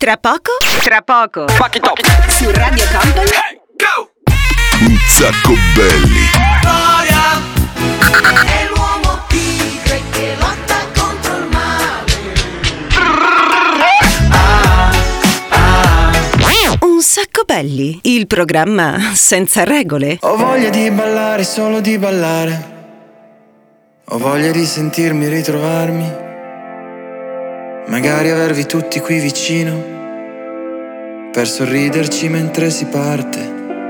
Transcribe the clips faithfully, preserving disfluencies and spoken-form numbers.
Tra poco? Tra poco. Fuck it up. Su Radio Company. Hey, go! Un sacco belli. Gloria è l'uomo tigre che lotta contro il male. Un sacco belli, il programma senza regole. Ho voglia di ballare, solo di ballare. Ho voglia di sentirmi ritrovarmi. Magari avervi tutti qui vicino per sorriderci mentre si parte.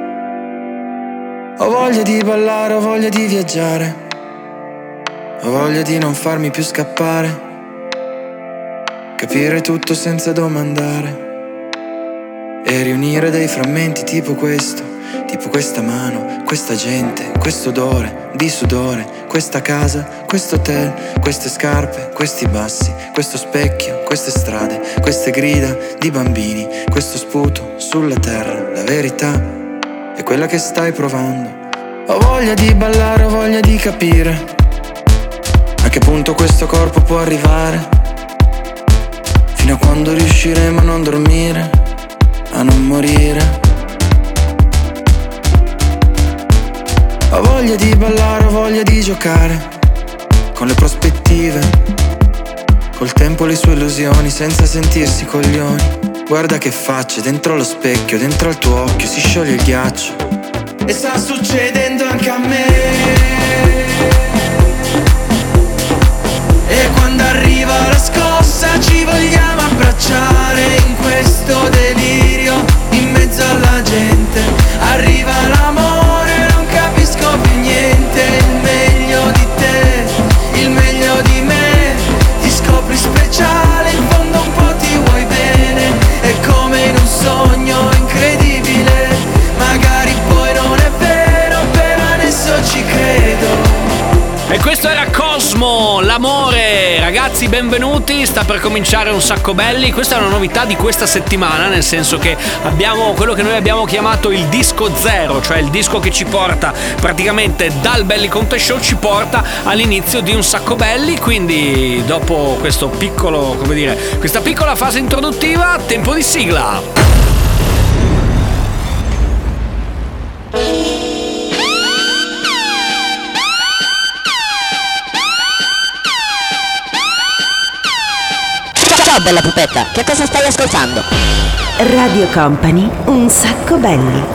Ho voglia di ballare, ho voglia di viaggiare. Ho voglia di non farmi più scappare. Capire tutto senza domandare. E riunire dei frammenti tipo questo. Tipo questa mano, questa gente, questo odore di sudore, questa casa, questo hotel, queste scarpe, questi bassi, questo specchio, queste strade, queste grida di bambini, questo sputo sulla terra. La verità è quella che stai provando. Ho voglia di ballare, ho voglia di capire a che punto questo corpo può arrivare, fino a quando riusciremo a non dormire, a non morire. Ho voglia di ballare, ho voglia di giocare con le prospettive, col tempo le sue illusioni, senza sentirsi coglioni. Guarda che facce, dentro lo specchio, dentro al tuo occhio si scioglie il ghiaccio. E sta succedendo anche a me. E quando arriva la scossa ci vogliamo abbracciare in questo delirio, in mezzo alla gente. Arriva l'amore, non capisco più niente. Il meglio di te, il meglio di me. Ti scopri speciale, in fondo un po' ti vuoi bene. È come in un sogno incredibile. Magari poi non è vero, però adesso ci credo. E questo era Cosmo, l'amore. Ragazzi, benvenuti, sta per cominciare Un Sacco Belli. Questa è una novità di questa settimana, nel senso che abbiamo quello che noi abbiamo chiamato il disco zero, cioè il disco che ci porta praticamente dal Belli Conte Show, ci porta all'inizio di Un Sacco Belli. Quindi dopo questo piccolo, come dire, questa piccola fase introduttiva, tempo di sigla. Ciao bella pupetta, che cosa stai ascoltando? Radio Company, Un Sacco Belli.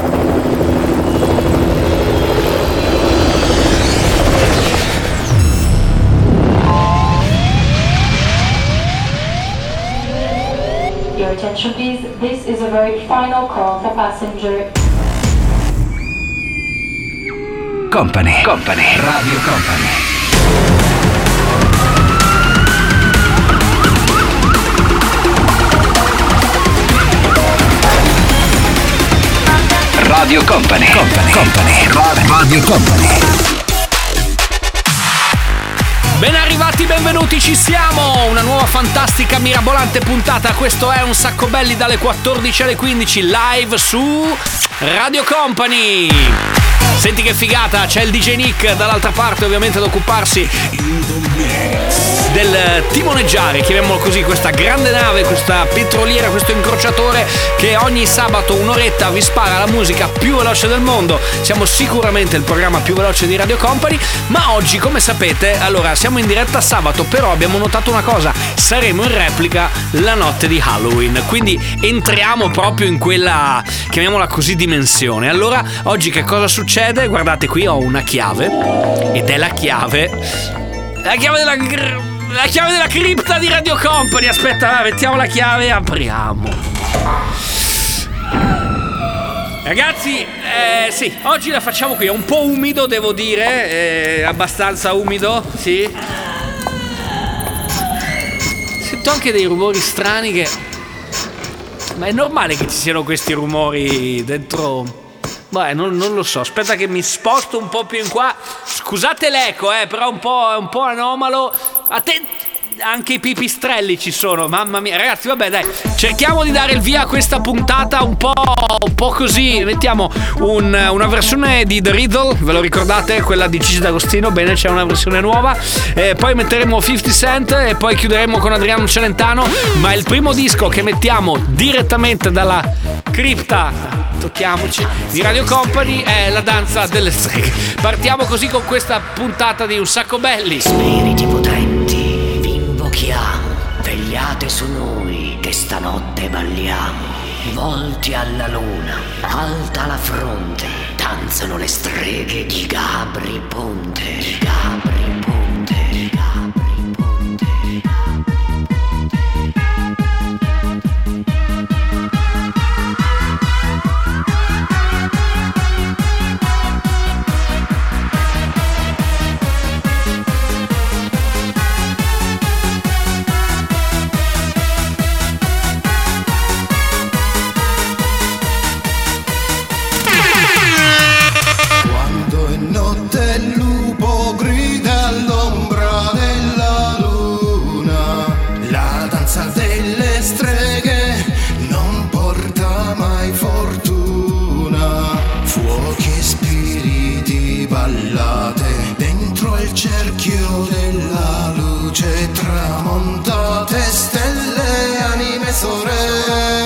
Your attention please, this is a very final call for passenger. Company, Company, Radio Company. Radio Company, Company, Company, Radio Company. Ben arrivati, benvenuti, ci siamo! Una nuova fantastica, mirabolante puntata. Questo è Un Sacco Belli dalle quattordici alle quindici, live su Radio Company. Senti che figata, c'è il D J Nick dall'altra parte, ovviamente ad occuparsi del timoneggiare, chiamiamolo così, questa grande nave, questa petroliera, questo incrociatore che ogni sabato un'oretta vi spara la musica più veloce del mondo. Siamo sicuramente il programma più veloce di Radio Company, ma oggi, come sapete, allora siamo in diretta sabato, però abbiamo notato una cosa: saremo in replica la notte di Halloween, quindi entriamo proprio in quella, chiamiamola così, dimensione. Allora, oggi che cosa succede? Guardate, qui ho una chiave, ed è la chiave la chiave della la chiave della cripta di Radio Company. Aspetta, mettiamo la chiave e apriamo. Ragazzi, eh, sì, oggi la facciamo qui. È un po' umido, devo dire, è abbastanza umido, sì. Sento anche dei rumori strani che... Ma è normale che ci siano questi rumori dentro... Beh, non, non lo so, aspetta che mi sposto un po' più in qua. Scusate l'eco, eh, però un po', è un po' anomalo. Attenti. anche i pipistrelli ci sono, mamma mia. Ragazzi, vabbè, dai, cerchiamo di dare il via a questa puntata un po', un po' così. Mettiamo un, una versione di The Riddle, ve lo ricordate? Quella di Gigi D'Agostino. Bene, c'è una versione nuova. E poi metteremo cinquanta Cent e poi chiuderemo con Adriano Celentano. Ma il primo disco che mettiamo direttamente dalla cripta, tocchiamoci, di Radio Company è La danza delle streghe. Partiamo così con questa puntata di Un Sacco Belli. Spiriti potenti, vi invochiamo, vegliate su noi che stanotte balliamo. Volti alla luna, alta la fronte, danzano le streghe di Gabri Ponte. Di Gabri Ponte, di Gabri Ponte, di Gabri cerchio della luce tramontate, stelle, anime, sorelle,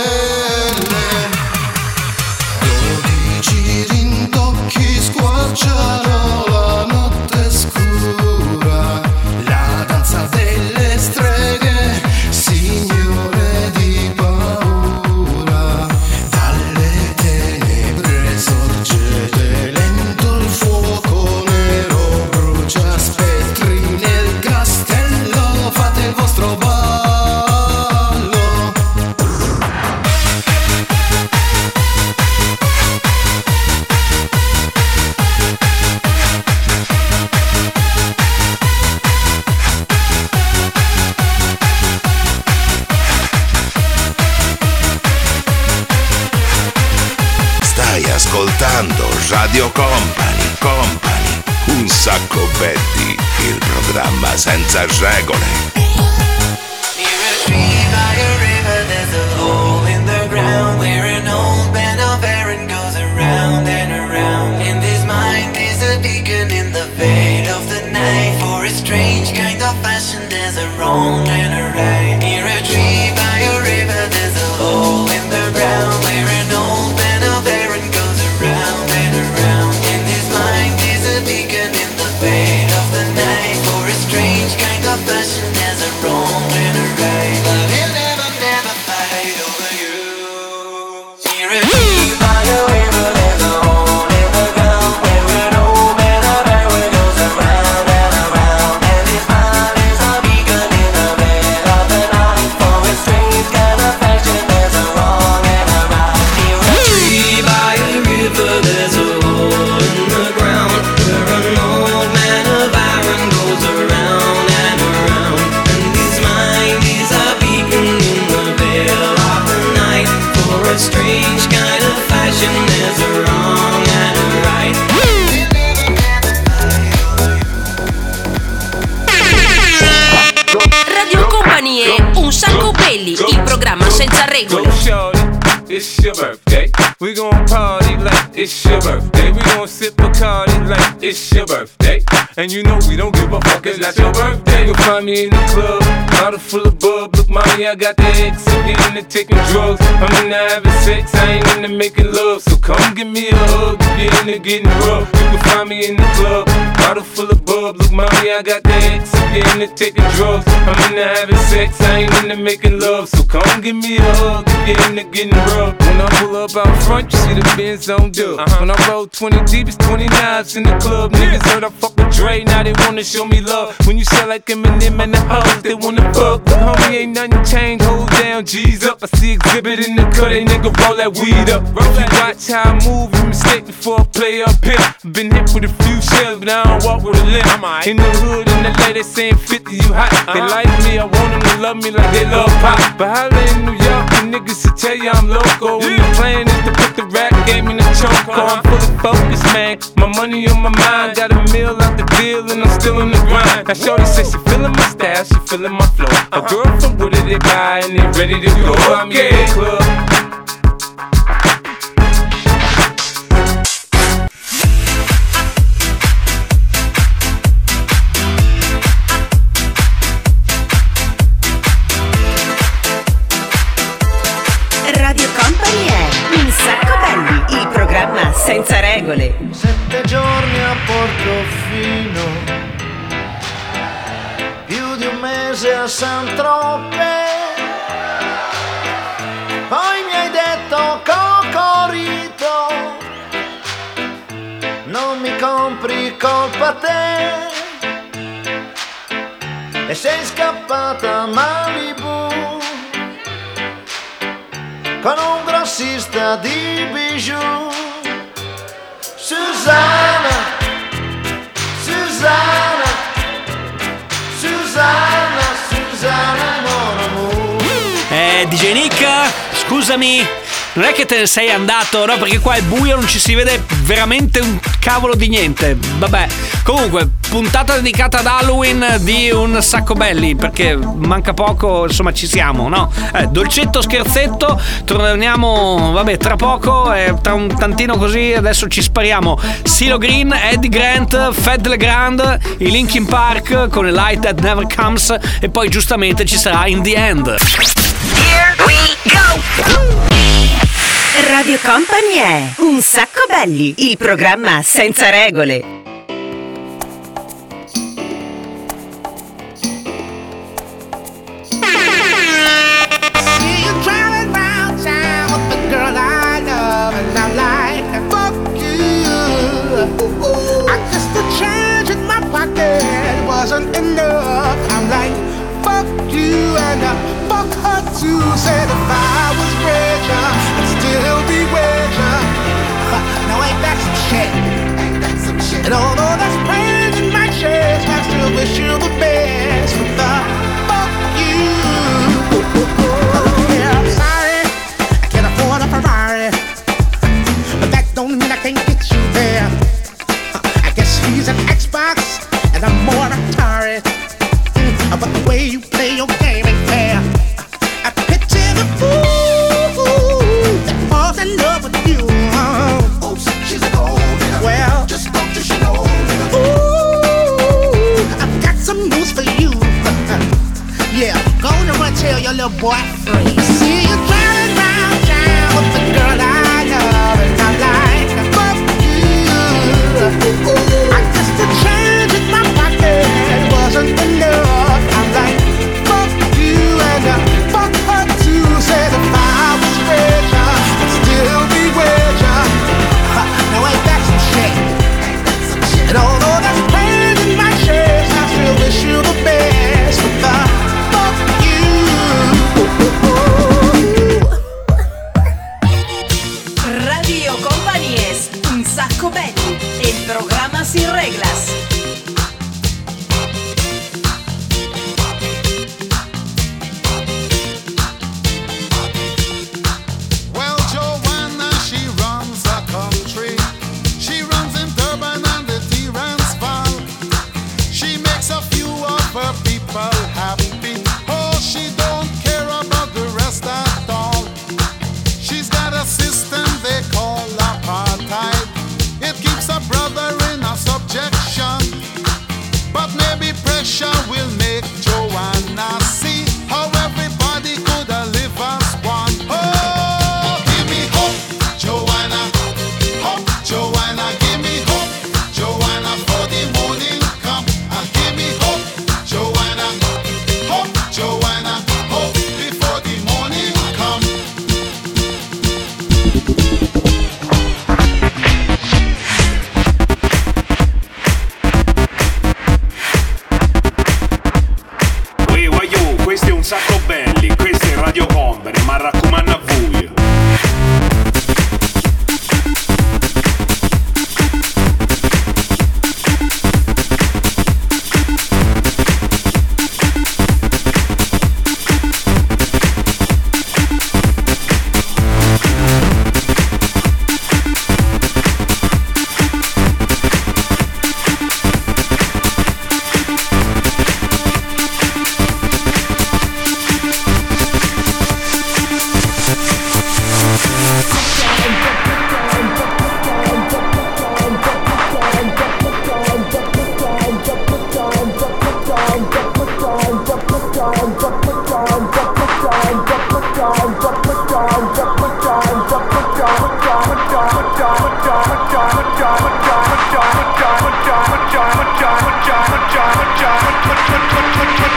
dodici rintocchi squarciano la notte scura, la danza delle streghe, signore di paura, dalle tenebre sorgete lento il fuoco nero. Spettri nel castello, fate il vostro ballo. Stai ascoltando Radio Company, Company, Un Sacco Belli, il programma senza regole. Il programma senza regole. It's your birthday. We gon' party like it's your birthday. We gon' sip Bacardi like it's your birthday. And you know we don't give a fuck, it's not your birthday. You'll find me in the club, bottle full of bub. Look, mommy, I got the X, I'm getting into taking drugs. I'm into having sex, I ain't into making love. So come give me a hug, if you're into getting rough. You can find me in the club, bottle full of bub. Look, mommy, I got the X, I'm getting into taking drugs. I'm into having sex, I ain't into making love. So come give me a hug, if you're into getting rough. When I pull up out front, you see the Benz on dub. Uh-huh. When I roll twenty deep, it's twenty knives in the club. Niggas heard I fuck with Dre, now they wanna show me love. When you sell like Eminem and the hoes, they wanna fuck. But homie, ain't nothing changed, hold down, G's up. I see exhibit in the cut, they nigga roll that weed up. Roll that watch how I move, you mistake before I play up here. Been hit with a few shells, but I don't walk with a limp. In the hood, in the lady, they saying fifty, you hot. They like me, I want them to love me like they love pop. But holla in New York, the niggas will tell you I'm loco. And the plan is to put the rap game in the choke. I'm fully focused, man. My money on my mind, got a meal out got the deal and I'm still in the grind. Now shorty says she feeling my style, she feeling my flow. A girl from Wooded, they buy and they ready to go. I'm in the club. Radio Company è Un Sacco Belli, il programma senza regole. Sette giorni a Portofino, più di un mese a Saint-Tropez. Poi mi hai detto Cocorito, non mi compri, colpa te. E sei scappata a Malibu con un grossista di bijou. Susanna, Susanna, Susanna, Susanna, mon amour. Eh, D J Nick, scusami, non è che te ne sei andato, no? Perché qua è buio, non ci si vede veramente un cavolo di niente. Vabbè, comunque, puntata dedicata ad Halloween di Un Sacco Belli, perché manca poco, insomma ci siamo, no? Eh, dolcetto scherzetto, torniamo, vabbè, tra poco, eh, tra un tantino così, adesso ci spariamo CeeLo Green, Eddie Grant, Fed Legrand, i Linkin Park con A Light That Never Comes e poi giustamente ci sarà In The End. Here we go! Radio Company è Un Sacco Belli, il programma senza regole. Wasn't enough. I'm like, fuck you and uh, fuck her too. Said if I was richer, I'd still be richer. Now ain't that some shit? Ain't that some shit? And although that's pain in my chest, I still wish you the best. But the fuck you. Yeah, I'm sorry, I can't afford a Ferrari, but that don't mean I can't get you there. I guess he's an Xbox and I'm more Atari, mm, but the way you play your game ain't fair. I picture the fool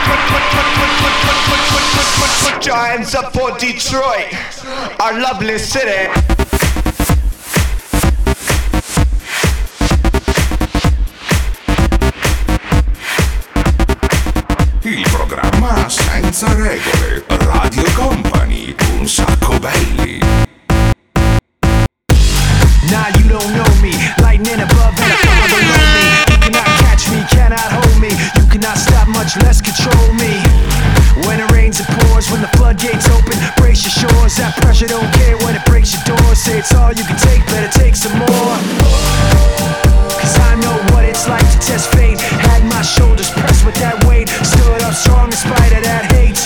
Put your hands up for Detroit, our lovely city. Il programma senza regole, Radio Company, un sacco belli. Nah, you don't know me, lightning above and fire below me. You cannot catch me, cannot hold me. You cannot stop, much less control me. When it rains it pours, when the floodgates open, brace your shores. That pressure don't care when it breaks your doors. Say it's all you can take, better take some more. Cause I know what it's like to test fate. Had my shoulders pressed with that weight. Stood up strong in spite of that hate.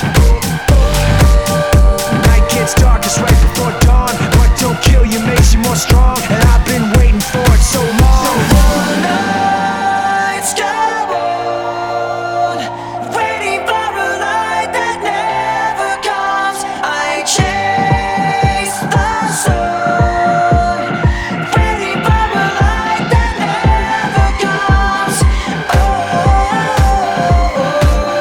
Night gets darkest right before dawn. What don't kill you makes you more strong. And I've been waiting for it so long. So one night's come on, waiting for a light that never comes. I chase the sun, waiting for a light that never comes. Oh, oh, oh,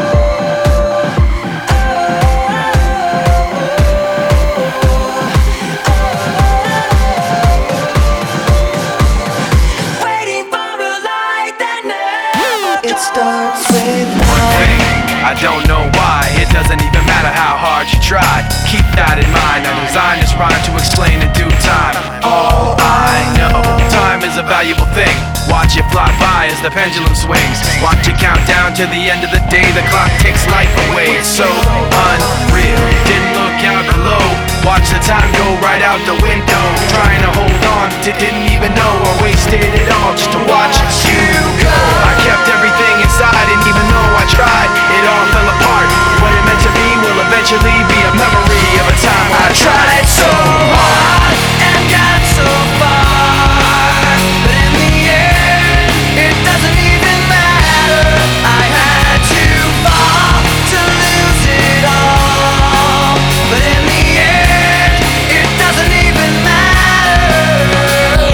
waiting for a light that never comes. It starts with one. I don't know why, it doesn't even matter how hard you try. Keep that in mind, I designed this rhyme to explain in due time. All I know, time is a valuable thing. Watch it fly by as the pendulum swings. Watch it count down to the end of the day. The clock takes life away, it's so unreal. Didn't look out below, watch the time go right out the window. Trying to hold on, to didn't even know or wasted it all just to watch you go. I kept everything inside and even though I tried, it all fell apart. What it meant to be will eventually be a memory of a time when I tried so hard and got so far. But in the end, it doesn't even matter. I had to fall to lose it all. But in the end, it doesn't even matter.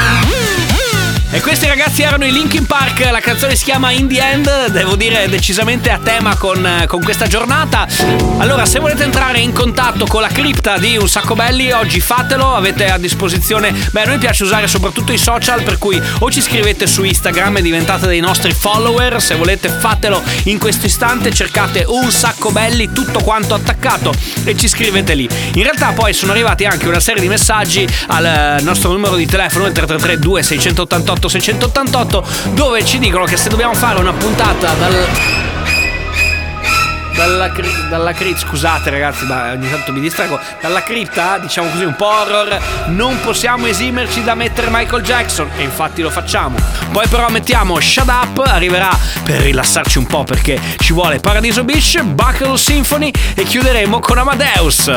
E questi ragazzi erano i Linkin Park, la canzone si chiama In The End, devo dire decisamente a tema con, con questa giornata. Allora, se volete entrare in contatto con la cripta di Un Sacco Belli, oggi fatelo, avete a disposizione, beh, a noi piace usare soprattutto i social, per cui o ci scrivete su Instagram e diventate dei nostri follower, se volete fatelo in questo istante, cercate Un Sacco Belli, tutto quanto attaccato, e ci scrivete lì. In realtà poi sono arrivati anche una serie di messaggi al nostro numero di telefono, il tre tre tre due sei otto otto sei otto otto, dove ci dicono che se dobbiamo fare una puntata dal dalla cri- dalla cripta, scusate ragazzi, ma ogni tanto mi distrago, dalla cripta, diciamo così, un po' horror, non possiamo esimerci da mettere Michael Jackson, e infatti lo facciamo. Poi però mettiamo Shut Up, arriverà per rilassarci un po' perché ci vuole Paradiso Beach, Buckle Symphony, e chiuderemo con Amadeus.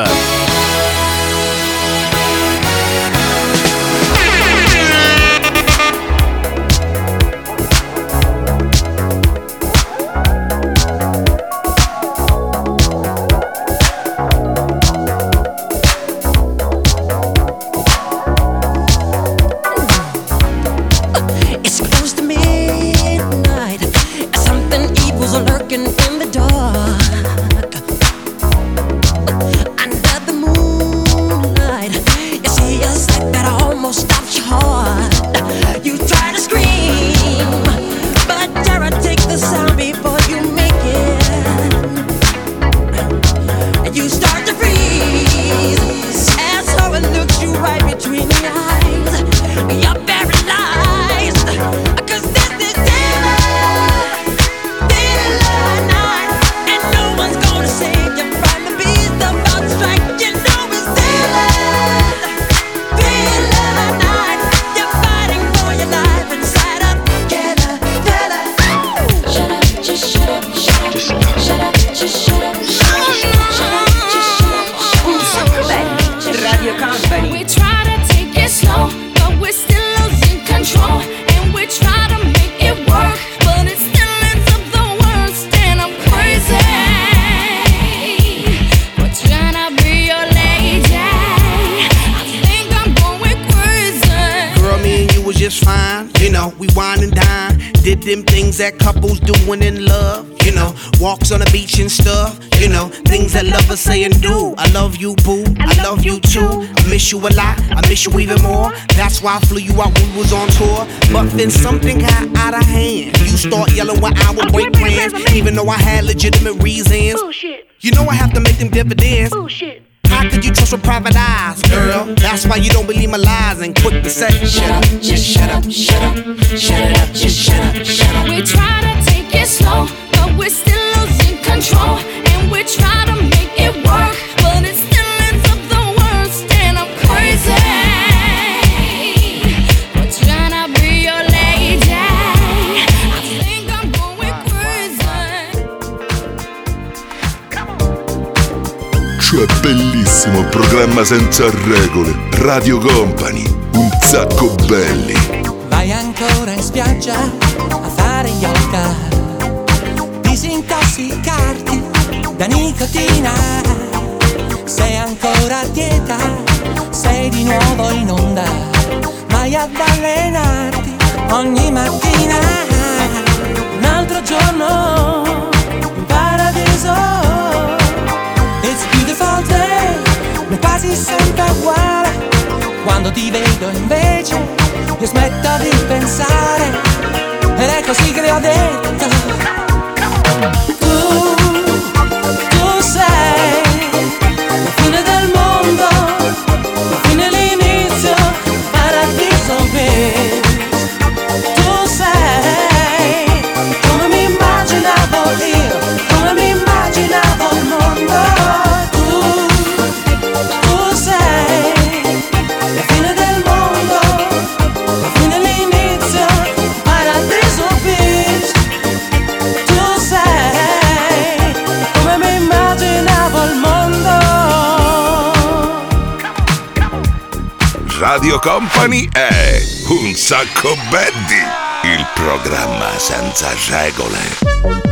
did them things that couples doing in love. You know, walks on the beach and stuff. You know, things that lovers say and do. I love you, boo. I love you too. I miss you a lot. I miss you even more. That's why I flew you out when we was on tour. But then something got out of hand. You start yelling when I would break plans, even though I had legitimate reasons. Bullshit. You know I have to make them dividends. Bullshit. How could you trust with private eyes, girl? That's why you don't believe my lies and quick to say, shut up, just shut up, shut up, shut it up, just shut up, shut up. We try to take it slow, but we're still losing control. And we try to make it work, but it still ends up the worst. And I'm crazy for trying to be your lady. I think I'm going crazy. Cioè bellissimo programma senza regole, Radio Company, un sacco belli. Vai ancora in spiaggia a fare yoga, disintossicarti da nicotina. Sei ancora a dieta, sei di nuovo in onda, vai ad allenarti ogni mattina. Un altro giorno in paradiso. It's a beautiful day, ma quasi sempre uguale. Quando ti vedo invece io smetto di pensare, ed è così che le ho detto. Tu, tu sei la fine del mondo, la fine e l'inizio, paradiso beach. Tu sei come mi immaginavo io, come mi immaginavo il mondo. Radio Company è Un Sacco Belli, il programma senza regole.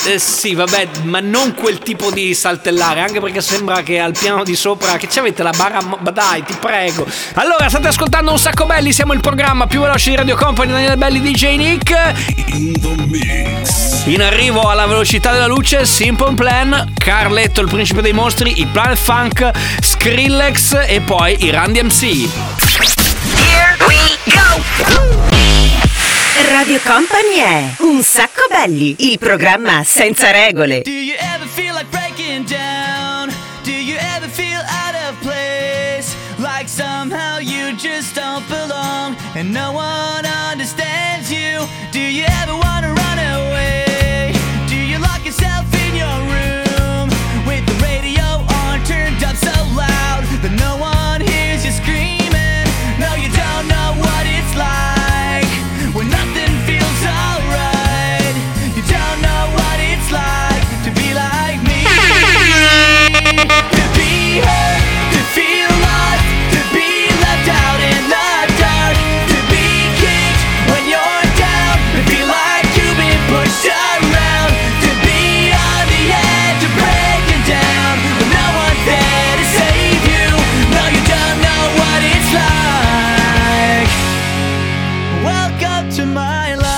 Eh, sì, vabbè, ma non quel tipo di saltellare, anche perché sembra che al piano di sopra che c'avete la barra, ma dai, ti prego. Allora, state ascoltando Un Sacco Belli, siamo il programma più veloce di Radio Company, Daniele Belli, D J Nick. In the mix. In arrivo alla velocità della luce, Simple Plan, Carletto, il principe dei mostri, i Planet Funk, Skrillex e poi i Run D M C. Here we go! Radio Company è Un Sacco Belli, il programma senza regole. Do you ever feel like breaking down? Do you ever feel out of place? Like somehow you just don't belong and no one understands you? Do you ever wanna run away? Do you lock yourself in your room with the radio on turned up so loud that no one hears you screaming? No, you don't know what it's like when nothing feels alright. You don't know what it's like to be like me. To be hurt, to feel lost, to be left out in the dark, to be kicked when you're down, to feel like you've been pushed around, to be on the edge of breaking down, but no one's there to save you. No, you don't know what it's like. Welcome to my life.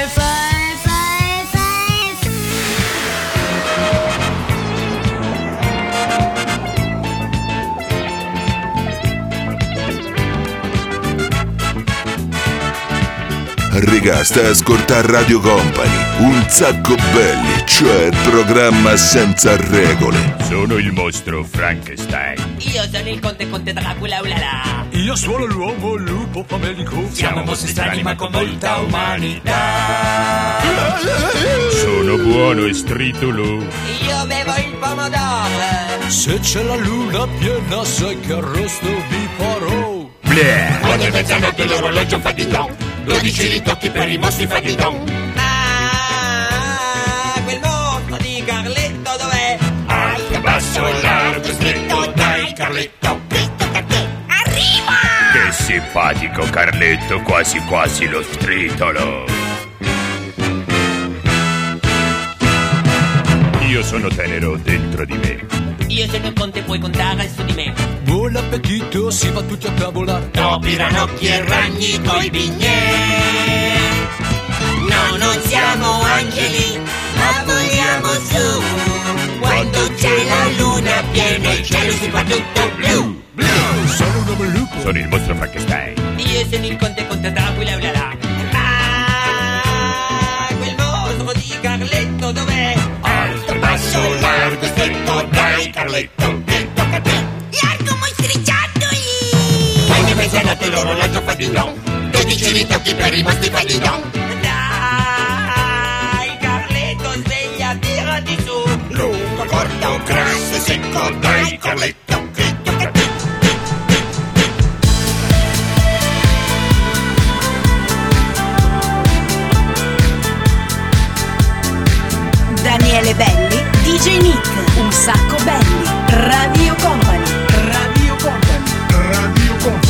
Raga, stai ascoltando Radio Company, Un Sacco Belli, cioè il programma senza regole. Sono il mostro Frankenstein. Io sono il conte conte Dracula, ulala. Io sono l'uomo lupo famelico. Siamo mostri strani ma con molta umanità. Sono buono e stritolo. Io bevo il pomodoro. Se c'è la luna piena sai che arrosto vi farò. Bleh. Quando è mezzanotte l'orologio fa di don. dodici ritocchi per i mostri fa di don. Ah, quel mostro di Carletto dov'è? Alto, basso, largo, stretto, dai Carletto. Che tocca a te. Arriva! Che simpatico Carletto, quasi quasi lo stritolo. Io sono tenero dentro di me. Io sono il conte, puoi contare su di me. Buon appetito, si va tutti a tavola. Topi, ranocchi e ragni coi bignè. No, non siamo angeli, ma voliamo su. Quando c'è la luna piena il cielo si fa tutto blu. Blu. Sono un uomo lupo. Sono il mostro Frankenstein. Io sono il conte conte Dracula, ulala. Ah, quel mostro di Carletto dov'è? Alto, basso, largo, stretto, dai Carletto. Che tocca a te. Largo mostriciattoli! Quando è mezzanotte l'orologio fa di don. dodici ritocchi per i mostri fa di don. Dai Carletto, sveglia, tirati su. Lungo, corto, grasso, secco, dai Carletto. Che tocca a te. Daniele Belli, D J Nick, Un Sacco Belli, Radio Company, Radio Company, Radio Company.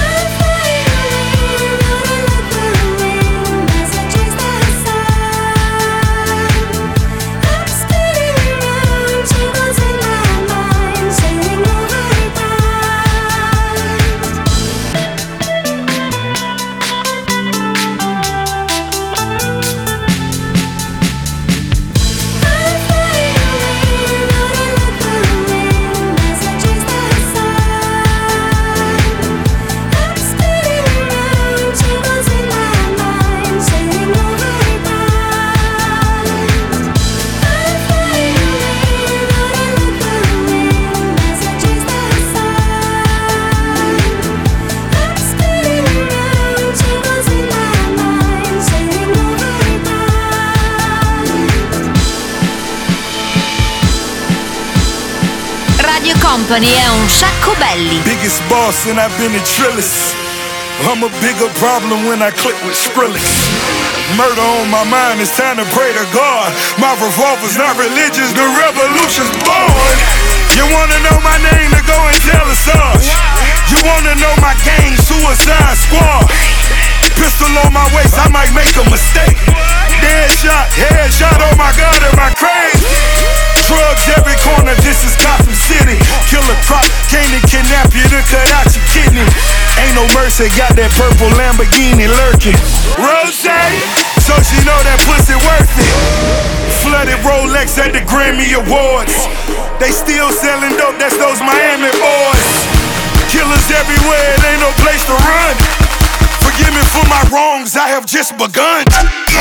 Company è Un Sacco Belli. Biggest boss and I've been a trillist. I'm a bigger problem when I click with Skrillex. Murder on my mind, it's time to pray to God. My revolver's not religious, the revolution's born. You wanna know my name, to go and tell us all. You wanna know my gang, Suicide Squad. Pistol on my waist, I might make a mistake. Dead shot, head shot, oh my God, am I crazy? Drugs every corner, this is Gotham City. Killer Croc came to kidnap you to cut out your kidney. Ain't no mercy, got that purple Lamborghini lurking. Rose, so she know that pussy worth it. Flooded Rolex at the Grammy Awards. They still selling dope, that's those Miami boys. Killers everywhere, it ain't no place to run. Forgive me for my wrongs, I have just begun.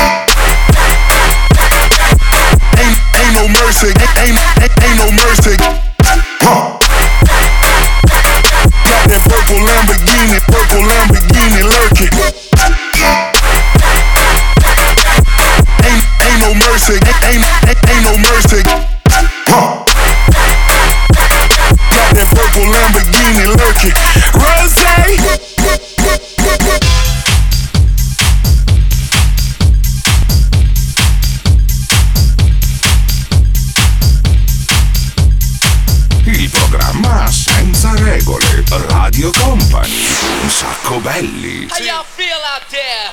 Ain't, ain't no mercy, ain't, ain't, ain't no mercy. Huh. Got that purple Lamborghini, purple Lamborghini lurking. Ain't, ain't no mercy, ain't, ain't, ain't no mercy. Huh. Got that purple Lamborghini lurking. Rose. Il programma senza regole, Radio Company, un sacco belli. How y'all feel out there?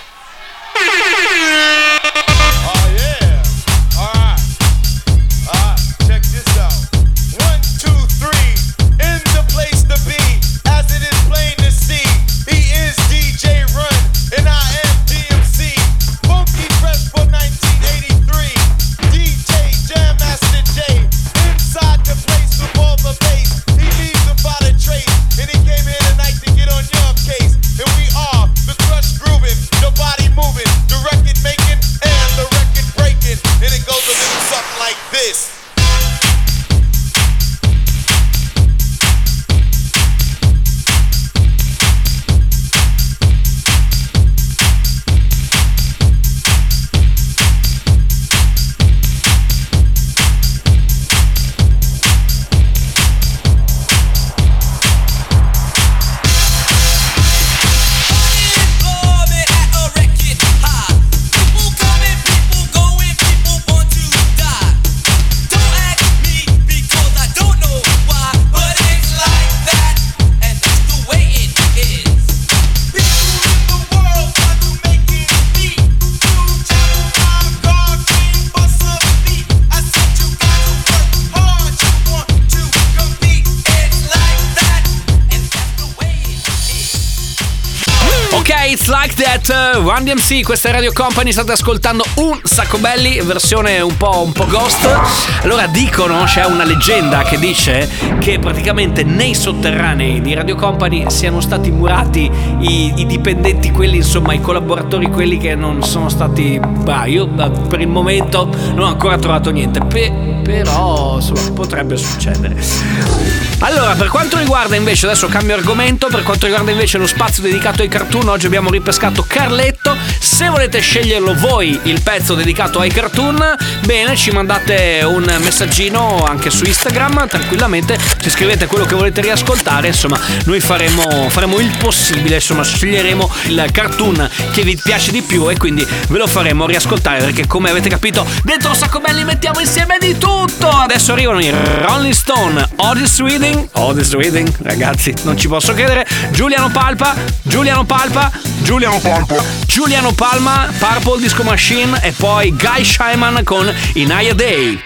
Oh yeah, alright, alright, check this out. One, two, three, in the place to be, as it is plain to see. He is D J Run, and I am D M C. Funky fresh for nineteen eighty-three. D J Jam Master J, inside the place with all the bass. He leaves them by the trace, and he came here tonight to get on your case. And we are the crush grooving, the body moving, the record making, and the record breaking. And it goes a little something like this. It's Like That, uh, Run D M C, questa è Radio Company, state ascoltando Un Sacco Belli, versione un po', un po' ghost. Allora dicono, c'è una leggenda che dice che praticamente nei sotterranei di Radio Company siano stati murati i, i dipendenti, quelli insomma i collaboratori, quelli che non sono stati bravi. Io per il momento non ho ancora trovato niente, Pe- però insomma potrebbe succedere. Allora, per quanto riguarda invece, adesso cambio argomento, per quanto riguarda invece lo spazio dedicato ai cartoon, oggi abbiamo ripescato Carletto. Se volete sceglierlo voi il pezzo dedicato ai cartoon, bene, ci mandate un messaggino anche su Instagram, tranquillamente, ci scrivete quello che volete riascoltare, insomma, noi faremo, faremo il possibile, insomma, sceglieremo il cartoon che vi piace di più e quindi ve lo faremo riascoltare, perché come avete capito, dentro Un Sacco Belli mettiamo insieme di tutto. Adesso arrivano i Rolling Stone, Otis Reading, Otis Reading, ragazzi, non ci posso credere, Giuliano Palpa, Giuliano Palpa, Giuliano Palpa, Giuliano Palma, Purple Disco Machine e poi Guy Shyman con Inaya Day.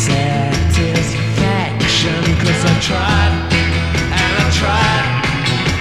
Tried and I tried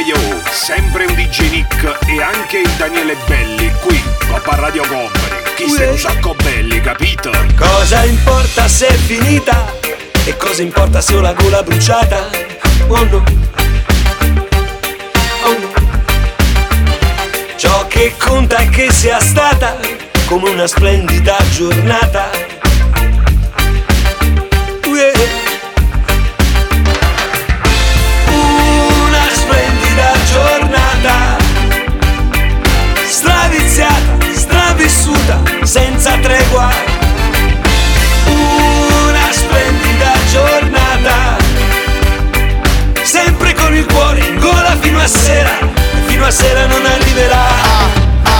Waio, sempre un D J Nick e anche il Daniele Belli, qui, Coppa Radio Company. Chi sei un sacco belli, capito? Cosa importa se è finita? E cosa importa se ho la gola bruciata? Oh no, oh no. Ciò che conta è che sia stata come una splendida giornata. Yeah. Una splendida giornata, straviziata, stravissuta, senza tregua. Una splendida giornata, sempre con il cuore in gola fino a sera, e fino a sera non arriverà.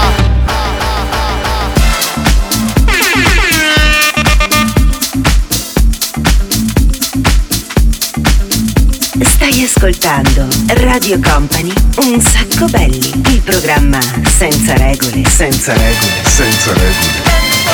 Stai ascoltando Radio Company, un sacco belli, il programma senza regole, senza regole, senza regole.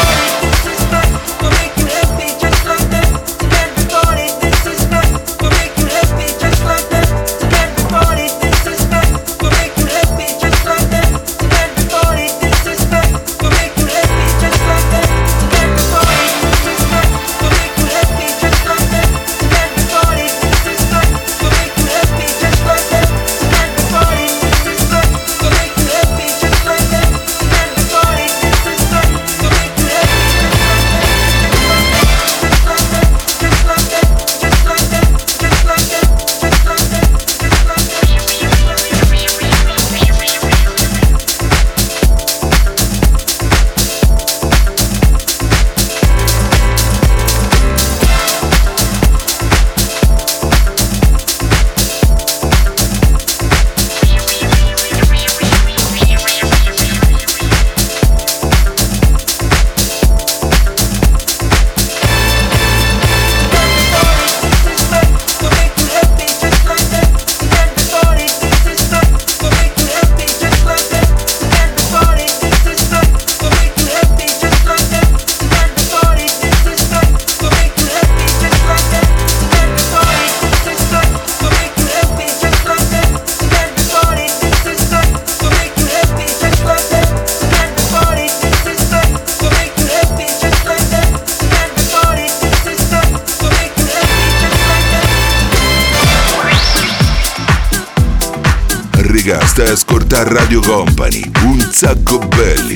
Stai a ascoltare Radio Company, un sacco belli.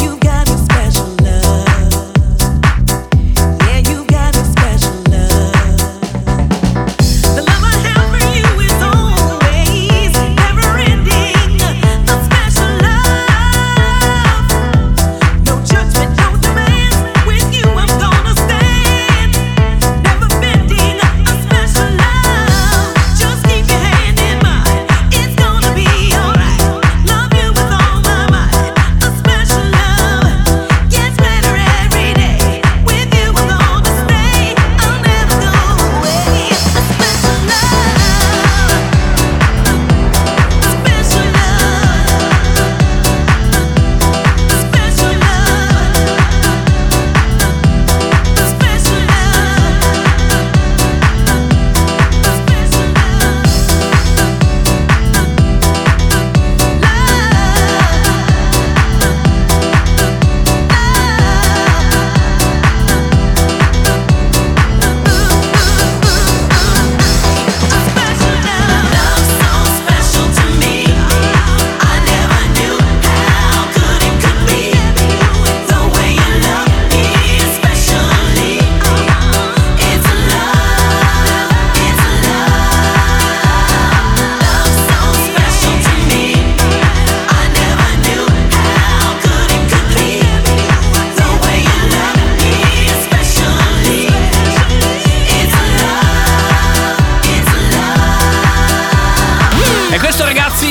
Yeah, you got a special love.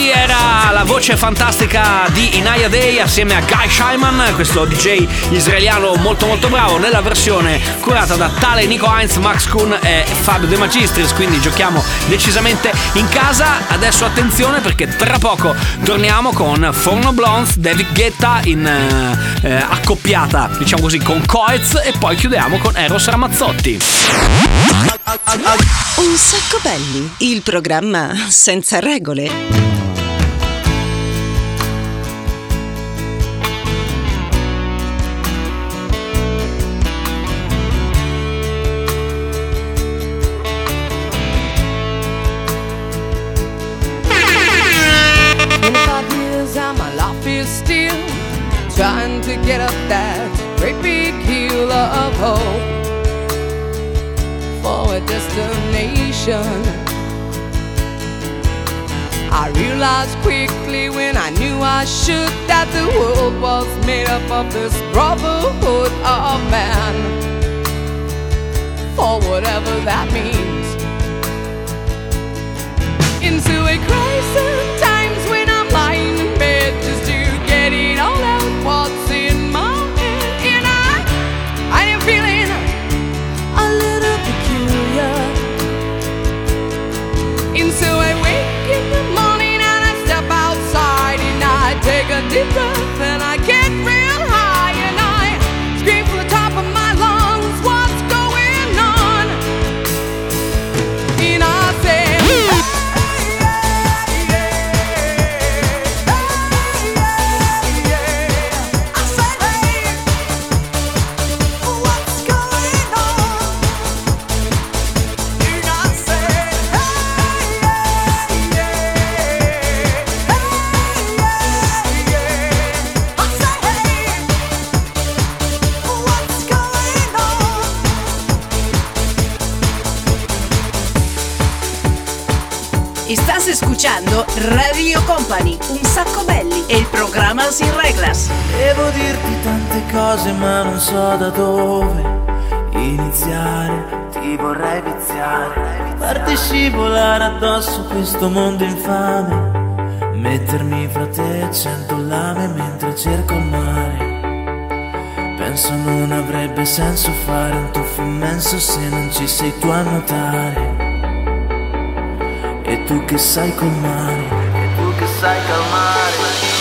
Così era la voce fantastica di Inaya Day assieme a Guy Scheinman, questo D J israeliano molto molto bravo, nella versione curata da Tale, Nico Heinz, Max Kuhn e Fabio De Magistris, quindi giochiamo decisamente in casa. Adesso attenzione perché tra poco torniamo con Forno Blondes, David Guetta in eh, accoppiata, diciamo così, con Coez, e poi chiudiamo con Eros Ramazzotti. Un sacco belli, il programma senza regole. Trying to get up that great big hill of hope for a destination. I realized quickly when I knew I should that the world was made up of this brotherhood of man, for whatever that means. Into a crisis times when I'm lying in bed just to get it all out what's in my head, and I, I am feeling a little peculiar. And so I wake in the morning and I step outside and I take a deep breath and I get real high and I scream from the top of my lungs, what's going on? And I say, Estás escuchando Radio Company, un sacco belli, el programa sin reglas. Devo dirti tante cose ma non so da dove iniziare. Ti vorrei viziare, farti scivolare addosso questo mondo infame, mettermi fra te e cento lame mentre cerco il mare. Penso non avrebbe senso fare un tuffo immenso se non ci sei tu a nuotare. E tu che sai colmare, e tu che sai calmare.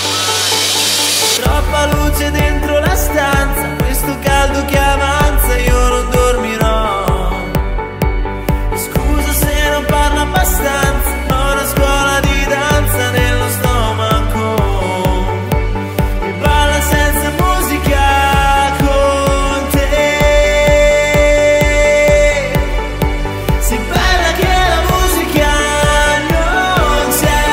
Troppa luce dentro la stanza, questo caldo che avanza, io non dormirò. Scusa se non parlo abbastanza, ho una scuola di danza nello stomaco. E balla senza musica con te. Sei bella che la musica non c'è.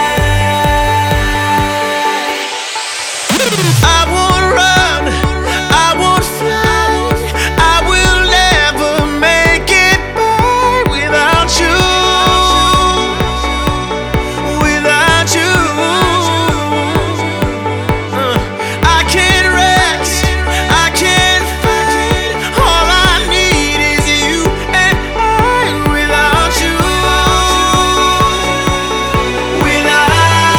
I won't run, I won't fly, I will never make it by without you, without you. Uh, I can't rest, I can't fight, all I need is you and I without you, without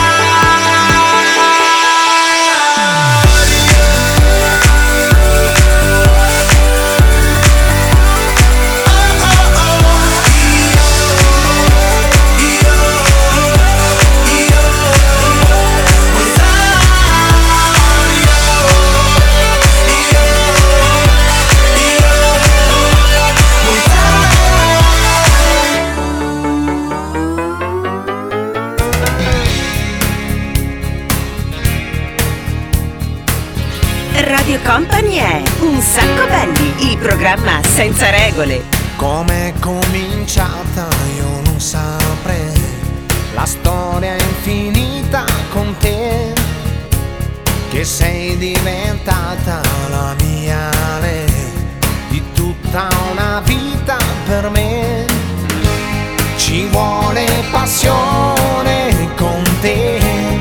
Radio Company è un sacco belli, il programma senza regole. Come è cominciata io non saprei, la storia è infinita con te, che sei diventata la mia re, di tutta una vita per me. Ci vuole passione con te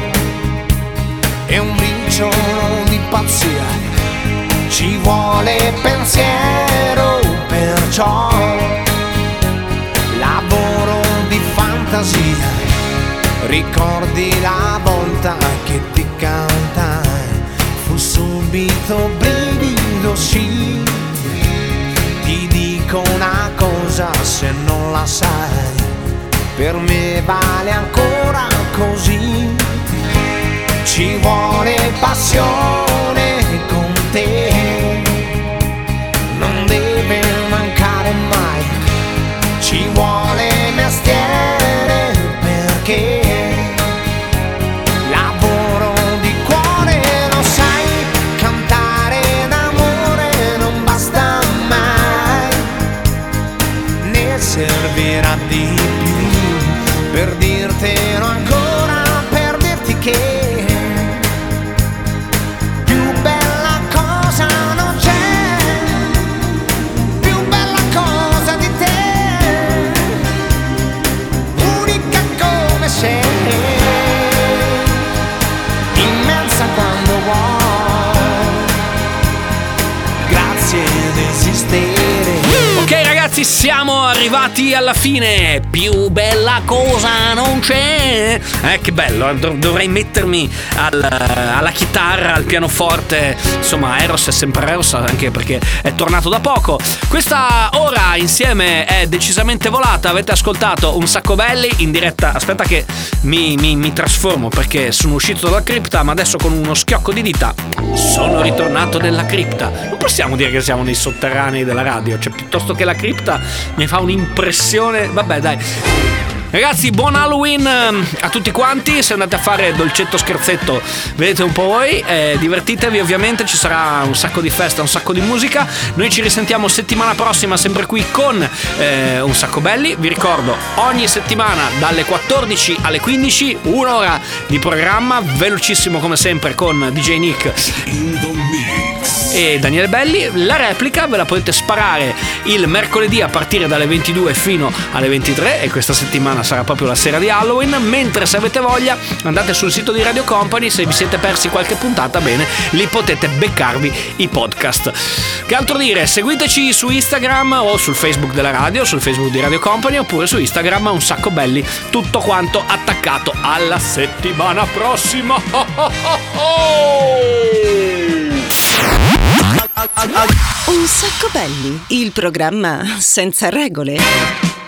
e un briciolo di pazzia, ci vuole pensiero, perciò lavoro di fantasia, ricordi la volta che ti cantai fu subito brivido, sì. Ti dico una cosa se non la sai, per me vale ancora così. Ci vuole passione con te, non deve mancare mai. Ci vuole mestiere perché lavoro di cuore, lo sai, cantare d'amore non basta mai, ne servirà di più per dirtelo ancora, per dirti che immensa quando vuoi, grazie di esistere. Ok ragazzi, siamo arrivati alla fine. Più bella cosa non c'è. Eh che bello, dov- dovrei mettermi al, alla chitarra, al pianoforte. Insomma, Eros è sempre Eros, anche perché è tornato da poco. Questa ora insieme è decisamente volata. Avete ascoltato Un Sacco Belli in diretta. Aspetta che mi, mi, mi trasformo, perché sono uscito dalla cripta, ma adesso con uno schiocco di dita sono ritornato nella cripta. Non possiamo dire che siamo nei sotterranei della radio, cioè piuttosto che la cripta mi fa un'impressione. Vabbè dai. Ragazzi, buon Halloween a tutti quanti. Se andate a fare dolcetto scherzetto, vedete un po' voi, eh, divertitevi ovviamente, ci sarà un sacco di festa, un sacco di musica. Noi ci risentiamo settimana prossima sempre qui con eh, Un Sacco Belli. Vi ricordo, ogni settimana dalle quattordici alle quindici, un'ora di programma velocissimo come sempre con D J Nick e Daniele Belli. La replica ve la potete sparare il mercoledì a partire dalle ventidue fino alle ventitré, e questa settimana sarà proprio la sera di Halloween. Mentre se avete voglia andate sul sito di Radio Company, se vi siete persi qualche puntata, bene, lì potete beccarvi i podcast. Che altro dire? Seguiteci su Instagram o sul Facebook della radio, sul Facebook di Radio Company, oppure su Instagram Un Sacco Belli, tutto quanto attaccato. Alla settimana prossima. Oh oh oh oh! Un Sacco Belli, il programma senza regole.